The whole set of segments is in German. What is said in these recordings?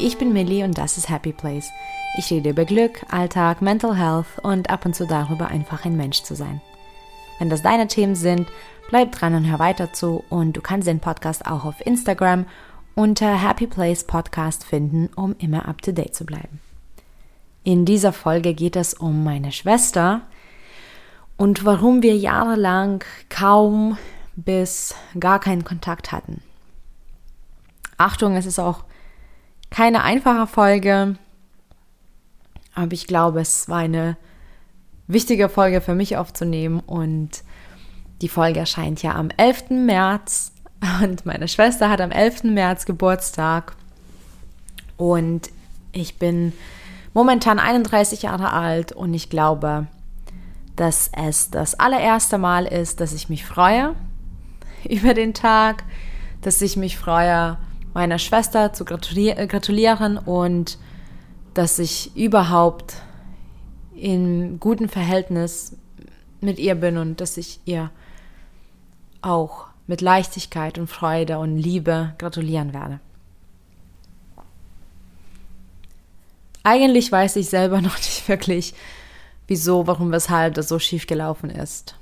ich bin Millie und das ist Happy Place. Ich rede über Glück, Alltag, Mental Health und ab und zu darüber, einfach ein Mensch zu sein. Wenn das deine Themen sind, bleib dran und hör weiter zu und du kannst den Podcast auch auf Instagram unter Happy Place Podcast finden, um immer up to date zu bleiben. In dieser Folge geht es um meine Schwester und warum wir jahrelang kaum bis gar keinen Kontakt hatten. Achtung, es ist auch keine einfache Folge, aber ich glaube, es war eine wichtige Folge für mich aufzunehmen und die Folge erscheint ja am 11. März und meine Schwester hat am 11. März Geburtstag und ich bin momentan 31 Jahre alt und ich glaube, dass es das allererste Mal ist, dass ich mich freue über den Tag, dass ich mich freue, meiner Schwester zu gratulieren und dass ich überhaupt in gutem Verhältnis mit ihr bin und dass ich ihr auch mit Leichtigkeit und Freude und Liebe gratulieren werde. Eigentlich weiß ich selber noch nicht wirklich, wieso, warum, weshalb das so schief gelaufen ist.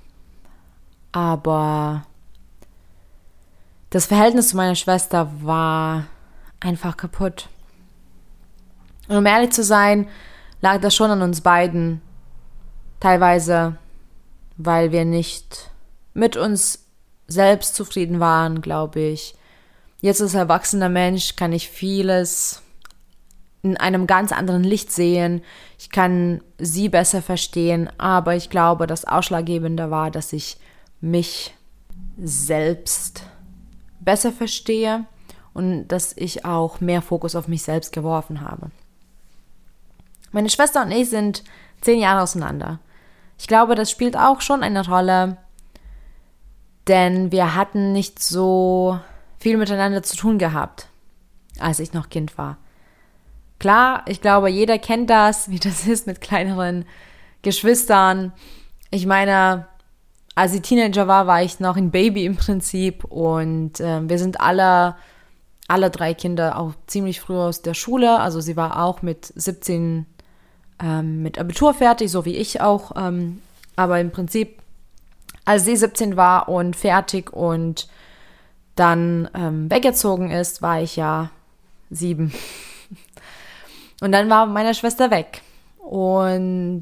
Aber das Verhältnis zu meiner Schwester war einfach kaputt. Und um ehrlich zu sein, lag das schon an uns beiden. Teilweise, weil wir nicht mit uns selbst zufrieden waren, glaube ich. Jetzt als erwachsener Mensch kann ich vieles in einem ganz anderen Licht sehen. Ich kann sie besser verstehen, aber ich glaube, das Ausschlaggebende war, dass ich mich selbst besser verstehe und dass ich auch mehr Fokus auf mich selbst geworfen habe. Meine Schwester und ich sind 10 Jahre auseinander. Ich glaube, das spielt auch schon eine Rolle, denn wir hatten nicht so viel miteinander zu tun gehabt, als ich noch Kind war. Klar, ich glaube, jeder kennt das, wie das ist mit kleineren Geschwistern. Ich meine, als ich Teenager war ich noch ein Baby im Prinzip und wir sind alle 3 Kinder auch ziemlich früh aus der Schule. Also sie war auch mit 17 mit Abitur fertig, so wie ich auch. Aber im Prinzip, als sie 17 war und fertig und dann weggezogen ist, war ich ja 7. Und dann war meine Schwester weg. Und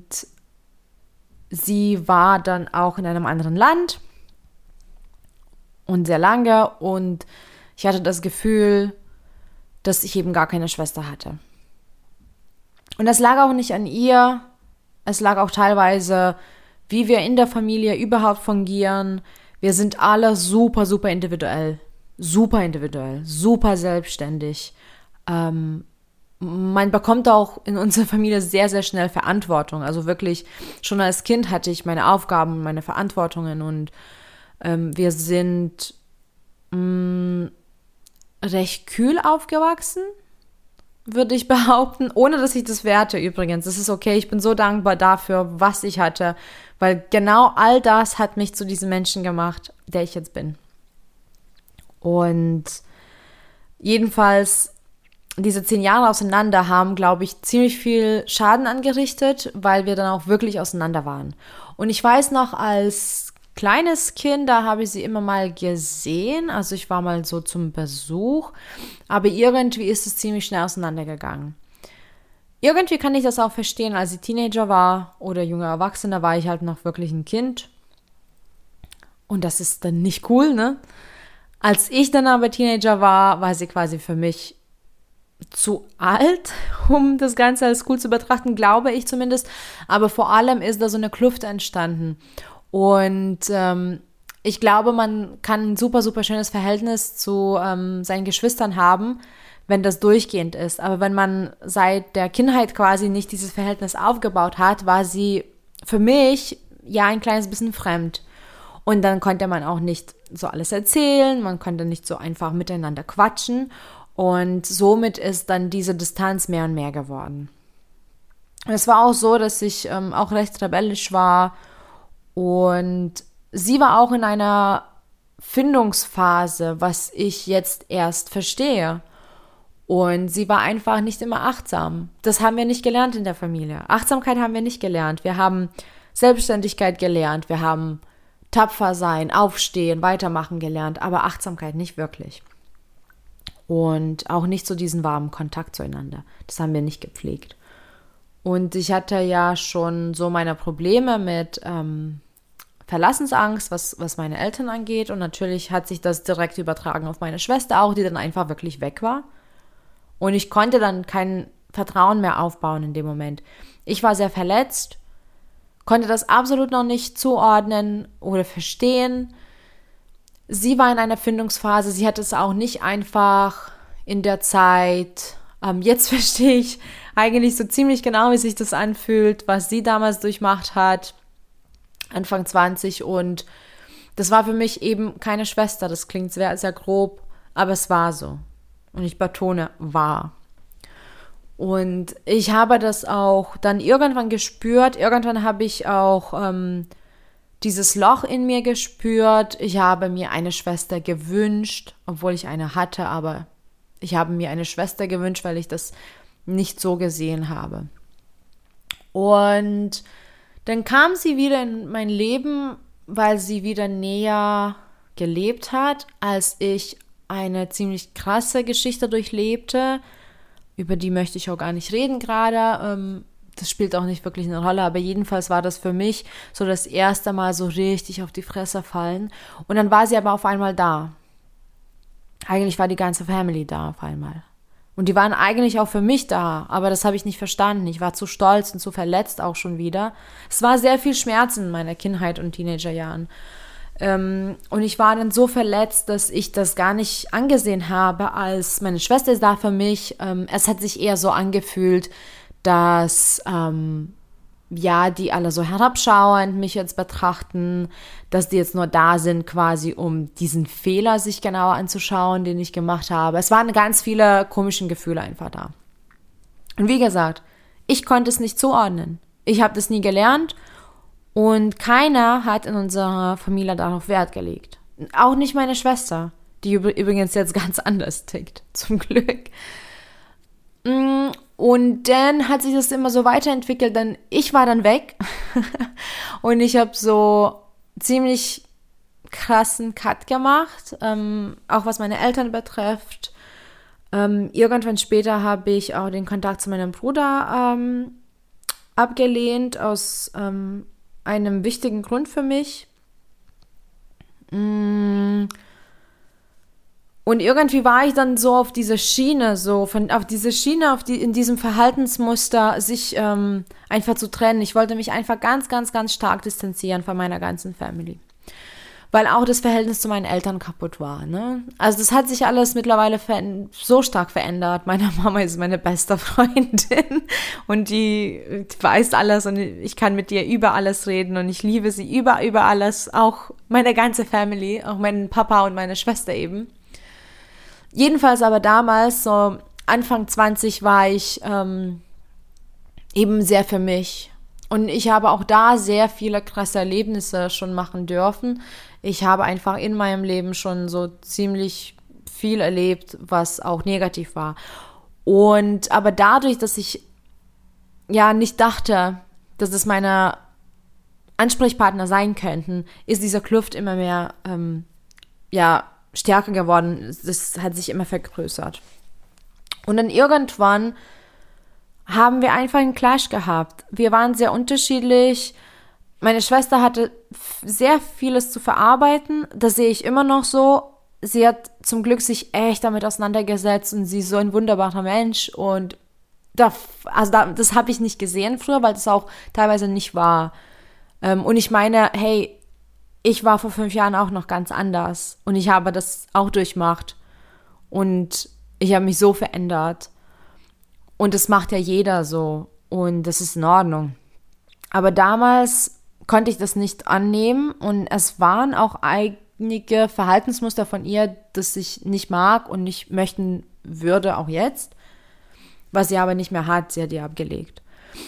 sie war dann auch in einem anderen Land und sehr lange. Und ich hatte das Gefühl, dass ich eben gar keine Schwester hatte. Und das lag auch nicht an ihr. Es lag auch teilweise, wie wir in der Familie überhaupt fungieren. Wir sind alle super, super individuell. Super selbstständig. Man bekommt auch in unserer Familie sehr, sehr schnell Verantwortung. Also wirklich, schon als Kind hatte ich meine Aufgaben, meine Verantwortungen und wir sind recht kühl aufgewachsen, würde ich behaupten, ohne dass ich das werte übrigens. Das ist okay, ich bin so dankbar dafür, was ich hatte, weil genau all das hat mich zu diesem Menschen gemacht, der ich jetzt bin. Und jedenfalls diese 10 Jahre auseinander haben, glaube ich, ziemlich viel Schaden angerichtet, weil wir dann auch wirklich auseinander waren. Und ich weiß noch, als kleines Kind, da habe ich sie immer mal gesehen, also ich war mal so zum Besuch, aber irgendwie ist es ziemlich schnell auseinandergegangen. Irgendwie kann ich das auch verstehen, als ich Teenager war oder junge Erwachsene, war ich halt noch wirklich ein Kind. Und das ist dann nicht cool, ne? Als ich dann aber Teenager war sie quasi für mich zu alt, um das Ganze als cool zu betrachten, glaube ich zumindest. Aber vor allem ist da so eine Kluft entstanden. Und ich glaube, man kann ein super, super schönes Verhältnis zu seinen Geschwistern haben, wenn das durchgehend ist. Aber wenn man seit der Kindheit quasi nicht dieses Verhältnis aufgebaut hat, war sie für mich ja ein kleines bisschen fremd. Und dann konnte man auch nicht so alles erzählen, man konnte nicht so einfach miteinander quatschen. Und somit ist dann diese Distanz mehr und mehr geworden. Es war auch so, dass ich auch recht rebellisch war und sie war auch in einer Findungsphase, was ich jetzt erst verstehe. Und sie war einfach nicht immer achtsam. Das haben wir nicht gelernt in der Familie. Achtsamkeit haben wir nicht gelernt. Wir haben Selbstständigkeit gelernt. Wir haben tapfer sein, aufstehen, weitermachen gelernt. Aber Achtsamkeit nicht wirklich. Und auch nicht so diesen warmen Kontakt zueinander. Das haben wir nicht gepflegt. Und ich hatte ja schon so meine Probleme mit Verlassensangst, was meine Eltern angeht. Und natürlich hat sich das direkt übertragen auf meine Schwester auch, die dann einfach wirklich weg war. Und ich konnte dann kein Vertrauen mehr aufbauen in dem Moment. Ich war sehr verletzt, konnte das absolut noch nicht zuordnen oder verstehen. Sie war in einer Findungsphase, sie hat es auch nicht einfach in der Zeit. Jetzt verstehe ich eigentlich so ziemlich genau, wie sich das anfühlt, was sie damals durchmacht hat, Anfang 20. Und das war für mich eben keine Schwester, das klingt sehr, sehr grob, aber es war so. Und ich betone, war. Und ich habe das auch dann irgendwann gespürt. Irgendwann habe ich auch dieses Loch in mir gespürt. Ich habe mir eine Schwester gewünscht, obwohl ich eine hatte, aber ich habe mir eine Schwester gewünscht, weil ich das nicht so gesehen habe. Und dann kam sie wieder in mein Leben, weil sie wieder näher gelebt hat, als ich eine ziemlich krasse Geschichte durchlebte. Über die möchte ich auch gar nicht reden gerade. Das spielt auch nicht wirklich eine Rolle, aber jedenfalls war das für mich so das erste Mal so richtig auf die Fresse fallen. Und dann war sie aber auf einmal da. Eigentlich war die ganze Family da auf einmal. Und die waren eigentlich auch für mich da, aber das habe ich nicht verstanden. Ich war zu stolz und zu verletzt auch schon wieder. Es war sehr viel Schmerz in meiner Kindheit und Teenagerjahren. Und ich war dann so verletzt, dass ich das gar nicht angesehen habe, als meine Schwester ist da für mich. Es hat sich eher so angefühlt, dass die alle so herabschauend mich jetzt betrachten, dass die jetzt nur da sind quasi, um diesen Fehler sich genauer anzuschauen, den ich gemacht habe. Es waren ganz viele komische Gefühle einfach da. Und wie gesagt, ich konnte es nicht zuordnen. Ich habe das nie gelernt. Und keiner hat in unserer Familie darauf Wert gelegt. Auch nicht meine Schwester, die übrigens jetzt ganz anders tickt, zum Glück. Und dann hat sich das immer so weiterentwickelt, denn ich war dann weg und ich habe so ziemlich krassen Cut gemacht, auch was meine Eltern betrifft. Irgendwann später habe ich auch den Kontakt zu meinem Bruder abgelehnt, aus einem wichtigen Grund für mich. Und irgendwie war ich dann so auf diese Schiene, in diesem Verhaltensmuster, sich einfach zu trennen. Ich wollte mich einfach ganz, ganz, ganz stark distanzieren von meiner ganzen Family. Weil auch das Verhältnis zu meinen Eltern kaputt war, ne? Also das hat sich alles mittlerweile so stark verändert. Meine Mama ist meine beste Freundin und die weiß alles und ich kann mit ihr über alles reden und ich liebe sie über alles, auch meine ganze Family, auch meinen Papa und meine Schwester eben. Jedenfalls aber damals, so Anfang 20, war ich eben sehr für mich. Und ich habe auch da sehr viele krasse Erlebnisse schon machen dürfen. Ich habe einfach in meinem Leben schon so ziemlich viel erlebt, was auch negativ war. Aber dadurch, dass ich ja nicht dachte, dass es meine Ansprechpartner sein könnten, ist dieser Kluft immer mehr stärker geworden. Das hat sich immer vergrößert. Und dann irgendwann haben wir einfach einen Clash gehabt. Wir waren sehr unterschiedlich. Meine Schwester hatte sehr vieles zu verarbeiten. Das sehe ich immer noch so. Sie hat zum Glück sich echt damit auseinandergesetzt und sie ist so ein wunderbarer Mensch. Und das habe ich nicht gesehen früher, weil das auch teilweise nicht war. Und ich meine, hey, ich war vor 5 Jahren auch noch ganz anders. Und ich habe das auch durchmacht. Und ich habe mich so verändert. Und das macht ja jeder so. Und das ist in Ordnung. Aber damals konnte ich das nicht annehmen. Und es waren auch einige Verhaltensmuster von ihr, das ich nicht mag und nicht möchten würde, auch jetzt. Was sie aber nicht mehr hat, sie hat die abgelegt.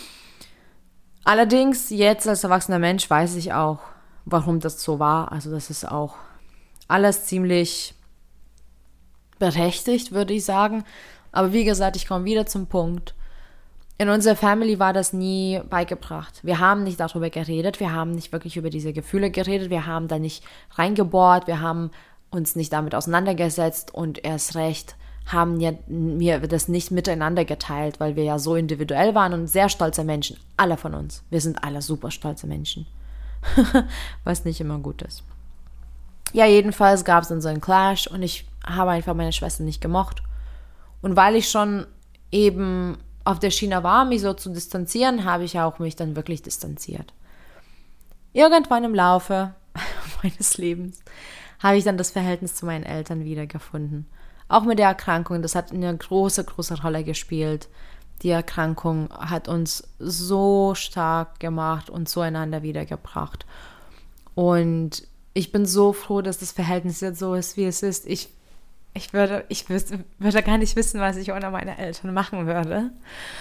Allerdings, jetzt als erwachsener Mensch weiß ich auch, warum das so war. Also das ist auch alles ziemlich berechtigt, würde ich sagen. Aber wie gesagt, ich komme wieder zum Punkt. In unserer Family war das nie beigebracht. Wir haben nicht darüber geredet, wir haben nicht wirklich über diese Gefühle geredet, wir haben da nicht reingebohrt, wir haben uns nicht damit auseinandergesetzt und erst recht haben wir das nicht miteinander geteilt, weil wir ja so individuell waren und sehr stolze Menschen, alle von uns. Wir sind alle super stolze Menschen, was nicht immer gut ist. Ja, jedenfalls gab es dann so einen Clash und ich habe einfach meine Schwester nicht gemocht. Und weil ich schon eben auf der Schiene war, mich so zu distanzieren, habe ich auch mich dann wirklich distanziert. Irgendwann im Laufe meines Lebens habe ich dann das Verhältnis zu meinen Eltern wiedergefunden. Auch mit der Erkrankung, das hat eine große, große Rolle gespielt. Die Erkrankung hat uns so stark gemacht und zueinander wiedergebracht. Und ich bin so froh, dass das Verhältnis jetzt so ist, wie es ist. Ich würde gar nicht wissen, was ich ohne meine Eltern machen würde.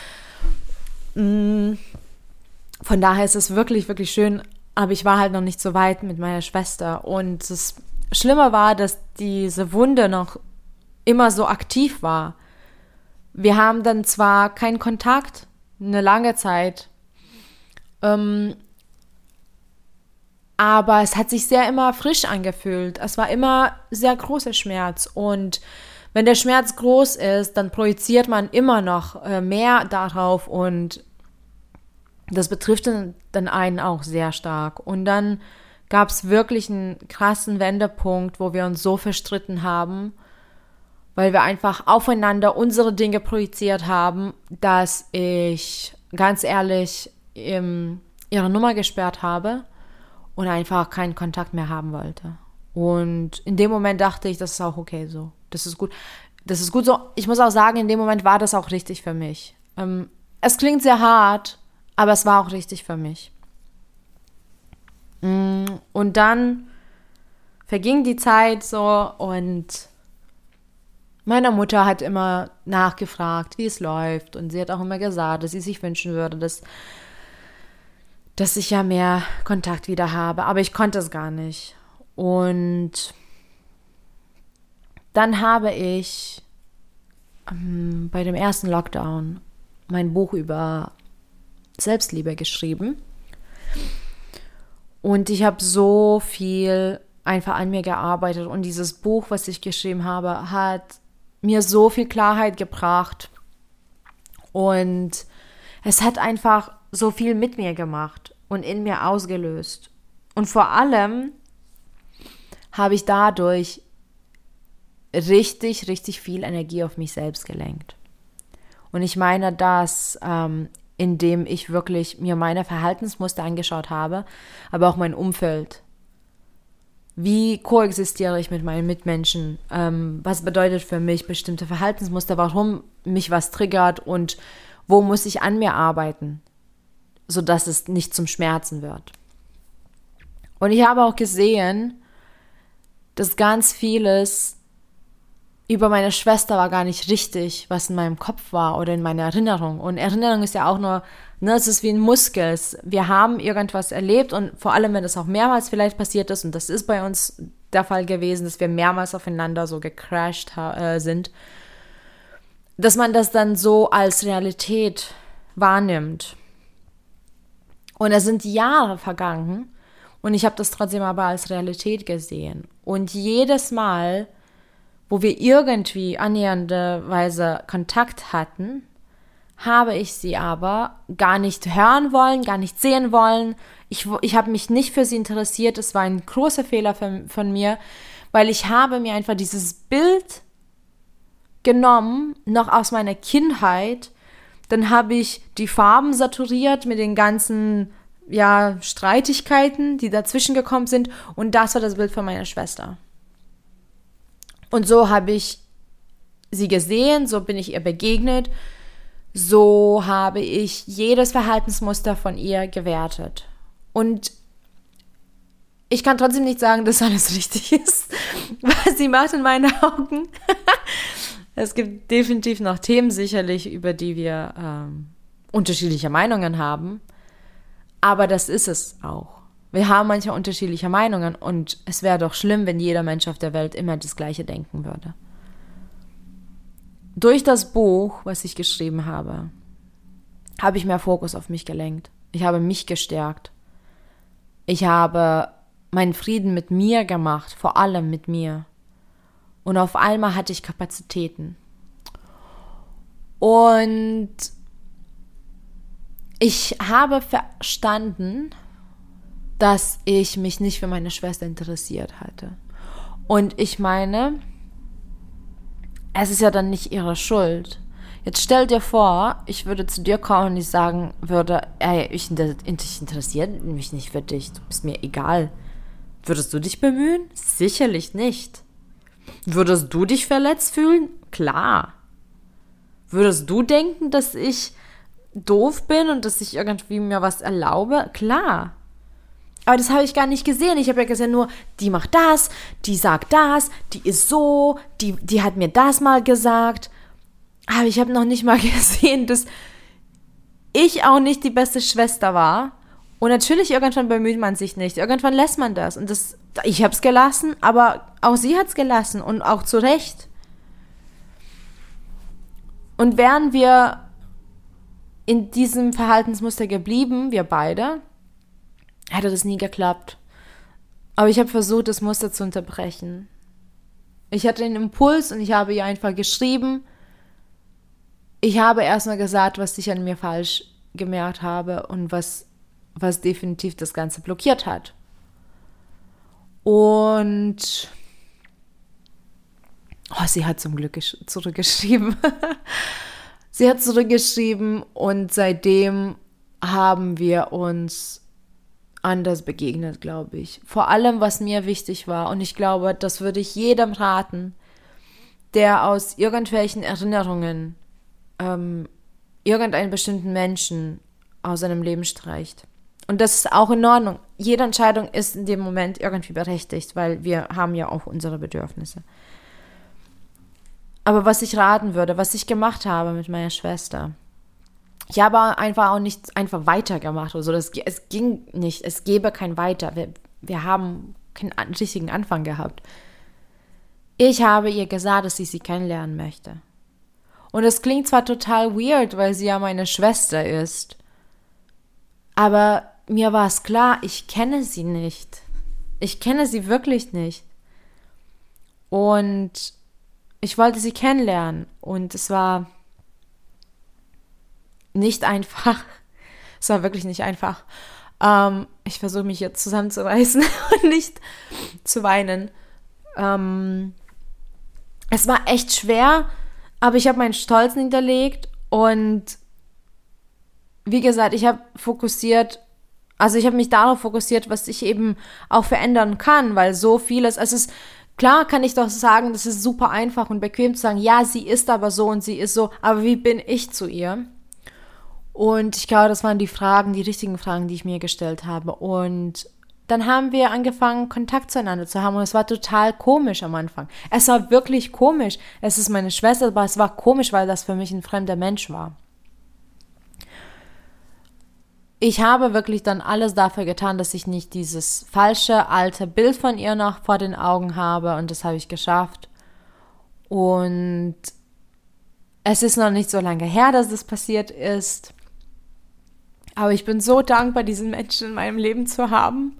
Von daher ist es wirklich, wirklich schön, aber ich war halt noch nicht so weit mit meiner Schwester. Und das Schlimme war, dass diese Wunde noch immer so aktiv war. Wir haben dann zwar keinen Kontakt, eine lange Zeit, aber es hat sich sehr immer frisch angefühlt. Es war immer sehr großer Schmerz. Und wenn der Schmerz groß ist, dann projiziert man immer noch mehr darauf. Und das betrifft dann einen auch sehr stark. Und dann gab es wirklich einen krassen Wendepunkt, wo wir uns so verstritten haben, weil wir einfach aufeinander unsere Dinge projiziert haben, dass ich ganz ehrlich ihre Nummer gesperrt habe und einfach keinen Kontakt mehr haben wollte. Und in dem Moment dachte ich, das ist auch okay so. Das ist gut. Das ist gut so. Ich muss auch sagen, in dem Moment war das auch richtig für mich. Es klingt sehr hart, aber es war auch richtig für mich. Und dann verging die Zeit so und meine Mutter hat immer nachgefragt, wie es läuft. Und sie hat auch immer gesagt, dass sie sich wünschen würde, dass ich ja mehr Kontakt wieder habe. Aber ich konnte es gar nicht. Und dann habe ich bei dem ersten Lockdown mein Buch über Selbstliebe geschrieben. Und ich habe so viel einfach an mir gearbeitet. Und dieses Buch, was ich geschrieben habe, hat mir so viel Klarheit gebracht. Und es hat einfach so viel mit mir gemacht und in mir ausgelöst. Und vor allem habe ich dadurch richtig, richtig viel Energie auf mich selbst gelenkt. Und ich meine das, indem ich wirklich mir meine Verhaltensmuster angeschaut habe, aber auch mein Umfeld. Wie koexistiere ich mit meinen Mitmenschen? Was bedeutet für mich bestimmte Verhaltensmuster? Warum mich was triggert? Und wo muss ich an mir arbeiten, sodass es nicht zum Schmerzen wird? Und ich habe auch gesehen, dass ganz vieles über meine Schwester war gar nicht richtig, was in meinem Kopf war oder in meiner Erinnerung. Und Erinnerung ist ja auch nur, es ist wie ein Muskel. Wir haben irgendwas erlebt und vor allem, wenn das auch mehrmals vielleicht passiert ist, und das ist bei uns der Fall gewesen, dass wir mehrmals aufeinander so gecrashed sind, dass man das dann so als Realität wahrnimmt. Und es sind Jahre vergangen und ich habe das trotzdem aber als Realität gesehen. Und jedes Mal, wo wir irgendwie annähernderweise Kontakt hatten, habe ich sie aber gar nicht hören wollen, gar nicht sehen wollen. Ich habe mich nicht für sie interessiert. Es war ein großer Fehler von mir, weil ich habe mir einfach dieses Bild genommen, noch aus meiner Kindheit. Dann habe ich die Farben saturiert mit den ganzen Streitigkeiten, die dazwischen gekommen sind. Und das war das Bild von meiner Schwester. Und so habe ich sie gesehen, so bin ich ihr begegnet, so habe ich jedes Verhaltensmuster von ihr gewertet. Und ich kann trotzdem nicht sagen, dass alles richtig ist, was sie macht in meinen Augen. Es gibt definitiv noch Themen sicherlich, über die wir unterschiedliche Meinungen haben. Aber das ist es auch. Wir haben manchmal unterschiedliche Meinungen und es wäre doch schlimm, wenn jeder Mensch auf der Welt immer das Gleiche denken würde. durch das Buch, was ich geschrieben habe ich mehr Fokus auf mich gelenkt. Ich habe mich gestärkt. Ich habe meinen Frieden mit mir gemacht, vor allem mit mir. Und auf einmal hatte ich Kapazitäten. Und ich habe verstanden, dass ich mich nicht für meine Schwester interessiert hatte. Und ich meine, es ist ja dann nicht ihre Schuld. Jetzt stell dir vor, ich würde zu dir kommen und ich sagen würde, ey, ich interessiere mich nicht für dich, du bist mir egal. Würdest du dich bemühen? Sicherlich nicht. Würdest du dich verletzt fühlen? Klar. Würdest du denken, dass ich doof bin und dass ich irgendwie mir was erlaube? Klar. Aber das habe ich gar nicht gesehen. Ich habe ja gesehen nur, die macht das, die sagt das, die ist so, die hat mir das mal gesagt. Aber ich habe noch nicht mal gesehen, dass ich auch nicht die beste Schwester war. Und natürlich, irgendwann bemüht man sich nicht. Irgendwann lässt man das. Und ich habe es gelassen, aber auch sie hat es gelassen. Und auch zu Recht. Und wären wir in diesem Verhaltensmuster geblieben, wir beide, hätte das nie geklappt. Aber ich habe versucht, das Muster zu unterbrechen. Ich hatte den Impuls und ich habe ihr einfach geschrieben. Ich habe erstmal gesagt, was ich an mir falsch gemerkt habe und was definitiv das Ganze blockiert hat. Und sie hat zum Glück zurückgeschrieben. Sie hat zurückgeschrieben und seitdem haben wir uns anders begegnet, glaube ich. Vor allem, was mir wichtig war. Und ich glaube, das würde ich jedem raten, der aus irgendwelchen Erinnerungen irgendeinen bestimmten Menschen aus seinem Leben streicht. Und das ist auch in Ordnung. Jede Entscheidung ist in dem Moment irgendwie berechtigt, weil wir haben ja auch unsere Bedürfnisse. Aber was ich raten würde, was ich gemacht habe mit meiner Schwester, ich habe einfach auch nicht einfach weitergemacht oder so. Es ging nicht, es gäbe kein Weiter. Wir haben keinen richtigen Anfang gehabt. Ich habe ihr gesagt, dass ich sie kennenlernen möchte. Und es klingt zwar total weird, weil sie ja meine Schwester ist, aber mir war es klar, ich kenne sie nicht. Ich kenne sie wirklich nicht. Und ich wollte sie kennenlernen und es war nicht einfach. Es war wirklich nicht einfach. Ich versuche mich jetzt zusammenzureißen und nicht zu weinen. Es war echt schwer, aber ich habe meinen Stolz niederlegt und wie gesagt, ich habe mich darauf fokussiert, was ich eben auch verändern kann, weil so vieles, klar kann ich doch sagen, das ist super einfach und bequem zu sagen, ja, sie ist aber so und sie ist so, aber wie bin ich zu ihr? Und ich glaube, das waren die richtigen Fragen, die ich mir gestellt habe. Und dann haben wir angefangen, Kontakt zueinander zu haben und es war total komisch am Anfang. Es war wirklich komisch. Es ist meine Schwester, aber es war komisch, weil das für mich ein fremder Mensch war. Ich habe wirklich dann alles dafür getan, dass ich nicht dieses falsche, alte Bild von ihr noch vor den Augen habe und das habe ich geschafft. Und es ist noch nicht so lange her, dass das passiert ist. Aber ich bin so dankbar, diesen Menschen in meinem Leben zu haben.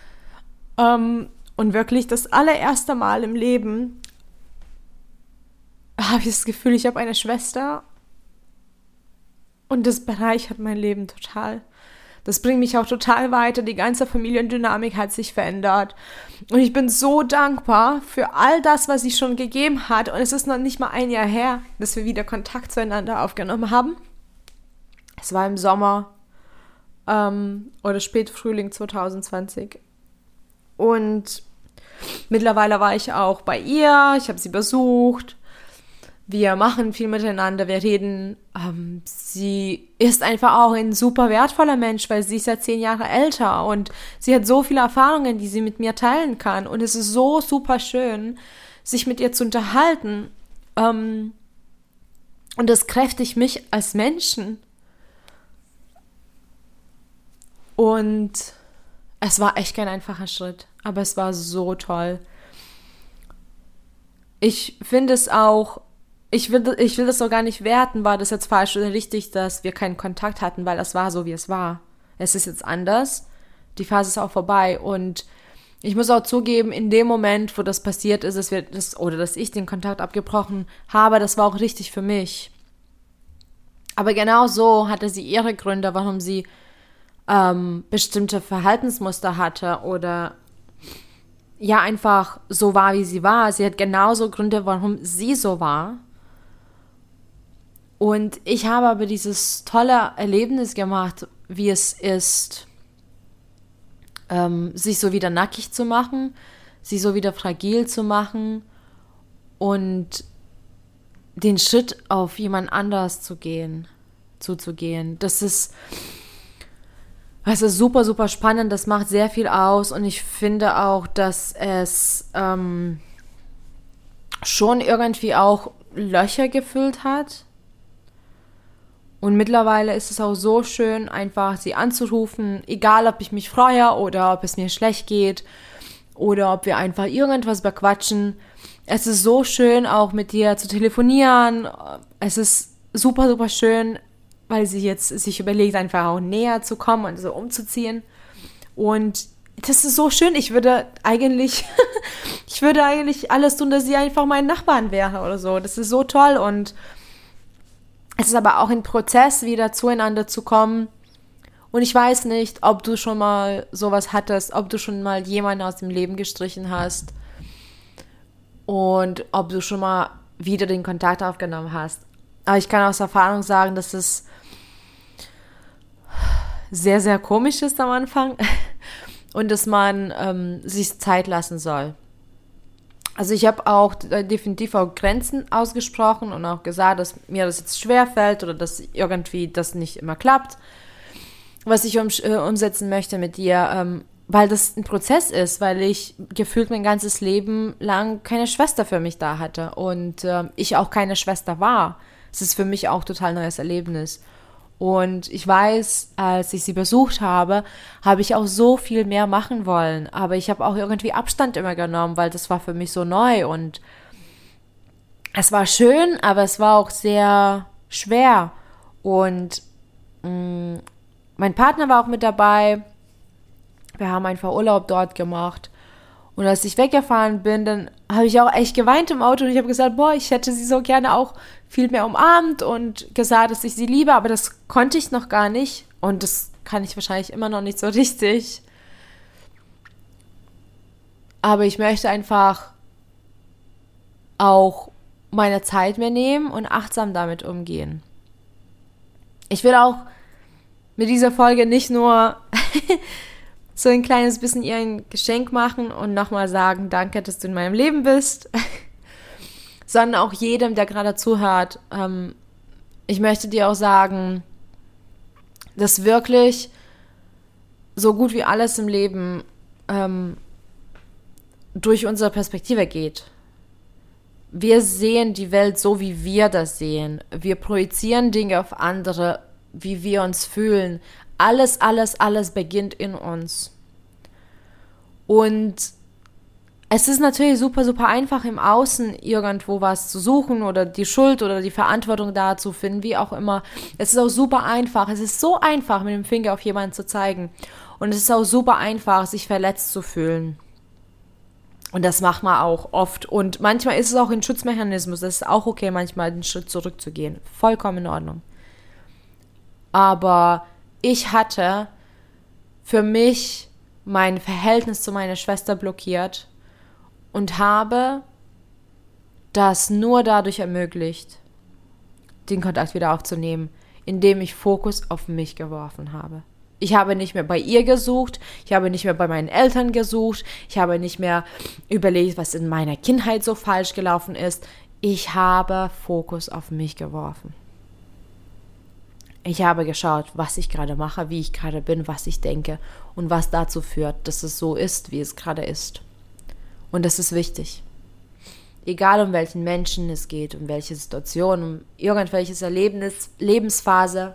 Und wirklich das allererste Mal im Leben habe ich das Gefühl, ich habe eine Schwester und das bereichert mein Leben total. Das bringt mich auch total weiter. Die ganze Familiendynamik hat sich verändert. Und ich bin so dankbar für all das, was sie schon gegeben hat. Und es ist noch nicht mal ein Jahr her, dass wir wieder Kontakt zueinander aufgenommen haben. Es war im Sommer oder Spätfrühling 2020. Und mittlerweile war ich auch bei ihr. Ich habe sie besucht. Wir machen viel miteinander, wir reden. Sie ist einfach auch ein super wertvoller Mensch, weil sie ist ja 10 Jahre älter und sie hat so viele Erfahrungen, die sie mit mir teilen kann. Und es ist so super schön, sich mit ihr zu unterhalten. Und das kräftigt mich als Menschen. Und es war echt kein einfacher Schritt, aber es war so toll. Ich finde es auch ich will das so gar nicht werten, war das jetzt falsch oder richtig, dass wir keinen Kontakt hatten, weil das war so, wie es war. Es ist jetzt anders. Die Phase ist auch vorbei und ich muss auch zugeben, in dem Moment, wo das passiert ist, dass ich den Kontakt abgebrochen habe, das war auch richtig für mich. Aber genau so hatte sie ihre Gründe, warum sie bestimmte Verhaltensmuster hatte oder ja einfach so war, wie sie war. Sie hat genauso Gründe, warum sie so war. Und ich habe aber dieses tolle Erlebnis gemacht, wie es ist, sich so wieder nackig zu machen, sie so wieder fragil zu machen und den Schritt auf jemand anders zuzugehen. Das ist super, super spannend, das macht sehr viel aus und ich finde auch, dass es schon irgendwie auch Löcher gefüllt hat. Und mittlerweile ist es auch so schön, einfach sie anzurufen, egal ob ich mich freue oder ob es mir schlecht geht oder ob wir einfach irgendwas bequatschen. Es ist so schön, auch mit dir zu telefonieren. Es ist super, super schön, weil sie jetzt sich überlegt, einfach auch näher zu kommen und so umzuziehen. Und das ist so schön. Ich würde eigentlich alles tun, dass sie einfach mein Nachbarn wäre oder so. Das ist so toll und es ist aber auch ein Prozess, wieder zueinander zu kommen. Und ich weiß nicht, ob du schon mal sowas hattest, ob du schon mal jemanden aus dem Leben gestrichen hast und ob du schon mal wieder den Kontakt aufgenommen hast. Aber ich kann aus Erfahrung sagen, dass es sehr, sehr komisch ist am Anfang und dass man sich Zeit lassen soll. Also ich habe auch definitiv auch Grenzen ausgesprochen und auch gesagt, dass mir das jetzt schwerfällt oder dass irgendwie das nicht immer klappt, was ich umsetzen möchte mit dir, weil das ein Prozess ist, weil ich gefühlt mein ganzes Leben lang keine Schwester für mich da hatte und ich auch keine Schwester war. Es ist für mich auch total neues Erlebnis. Und ich weiß, als ich sie besucht habe, habe ich auch so viel mehr machen wollen. Aber ich habe auch irgendwie Abstand immer genommen, weil das war für mich so neu. Und es war schön, aber es war auch sehr schwer. Und mein Partner war auch mit dabei. Wir haben einfach Urlaub dort gemacht. Und als ich weggefahren bin, dann habe ich auch echt geweint im Auto und ich habe gesagt, boah, ich hätte sie so gerne auch viel mehr umarmt und gesagt, dass ich sie liebe, aber das konnte ich noch gar nicht und das kann ich wahrscheinlich immer noch nicht so richtig. Aber ich möchte einfach auch meine Zeit mir nehmen und achtsam damit umgehen. Ich will auch mit dieser Folge nicht nur so ein kleines bisschen ihr ein Geschenk machen und nochmal sagen, danke, dass du in meinem Leben bist, sondern auch jedem, der gerade zuhört. Ich möchte dir auch sagen, dass wirklich so gut wie alles im Leben durch unsere Perspektive geht. Wir sehen die Welt so, wie wir das sehen. Wir projizieren Dinge auf andere, wie wir uns fühlen. Alles beginnt in uns. Und es ist natürlich super, super einfach im Außen irgendwo was zu suchen oder die Schuld oder die Verantwortung da zu finden, wie auch immer. Es ist auch super einfach. Es ist so einfach, mit dem Finger auf jemanden zu zeigen. Und es ist auch super einfach, sich verletzt zu fühlen. Und das macht man auch oft. Und manchmal ist es auch ein Schutzmechanismus. Es ist auch okay, manchmal einen Schritt zurückzugehen. Vollkommen in Ordnung. Aber ich hatte für mich mein Verhältnis zu meiner Schwester blockiert und habe das nur dadurch ermöglicht, den Kontakt wieder aufzunehmen, indem ich Fokus auf mich geworfen habe. Ich habe nicht mehr bei ihr gesucht, ich habe nicht mehr bei meinen Eltern gesucht, ich habe nicht mehr überlegt, was in meiner Kindheit so falsch gelaufen ist. Ich habe Fokus auf mich geworfen. Ich habe geschaut, was ich gerade mache, wie ich gerade bin, was ich denke und was dazu führt, dass es so ist, wie es gerade ist. Und das ist wichtig. Egal um welchen Menschen es geht, um welche Situation, um irgendwelches Erlebnis, Lebensphase,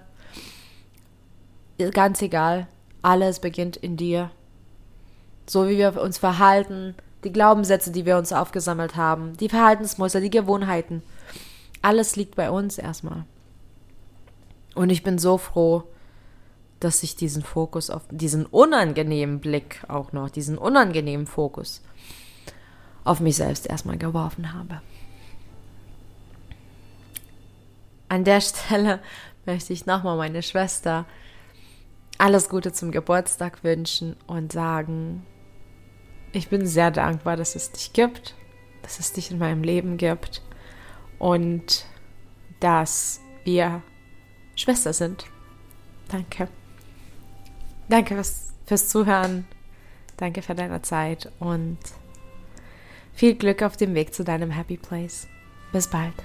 ganz egal, alles beginnt in dir. So wie wir uns verhalten, die Glaubenssätze, die wir uns aufgesammelt haben, die Verhaltensmuster, die Gewohnheiten, Alles liegt bei uns erstmal. Und ich bin so froh, dass ich diesen Fokus auf diesen unangenehmen Blick auch noch, diesen unangenehmen Fokus auf mich selbst erstmal geworfen habe. An der Stelle möchte ich nochmal meine Schwester alles Gute zum Geburtstag wünschen und sagen, ich bin sehr dankbar, dass es dich gibt, dass es dich in meinem Leben gibt und dass wir Schwester sind. Danke. Danke fürs Zuhören. Danke für deine Zeit und viel Glück auf dem Weg zu deinem Happy Place. Bis bald.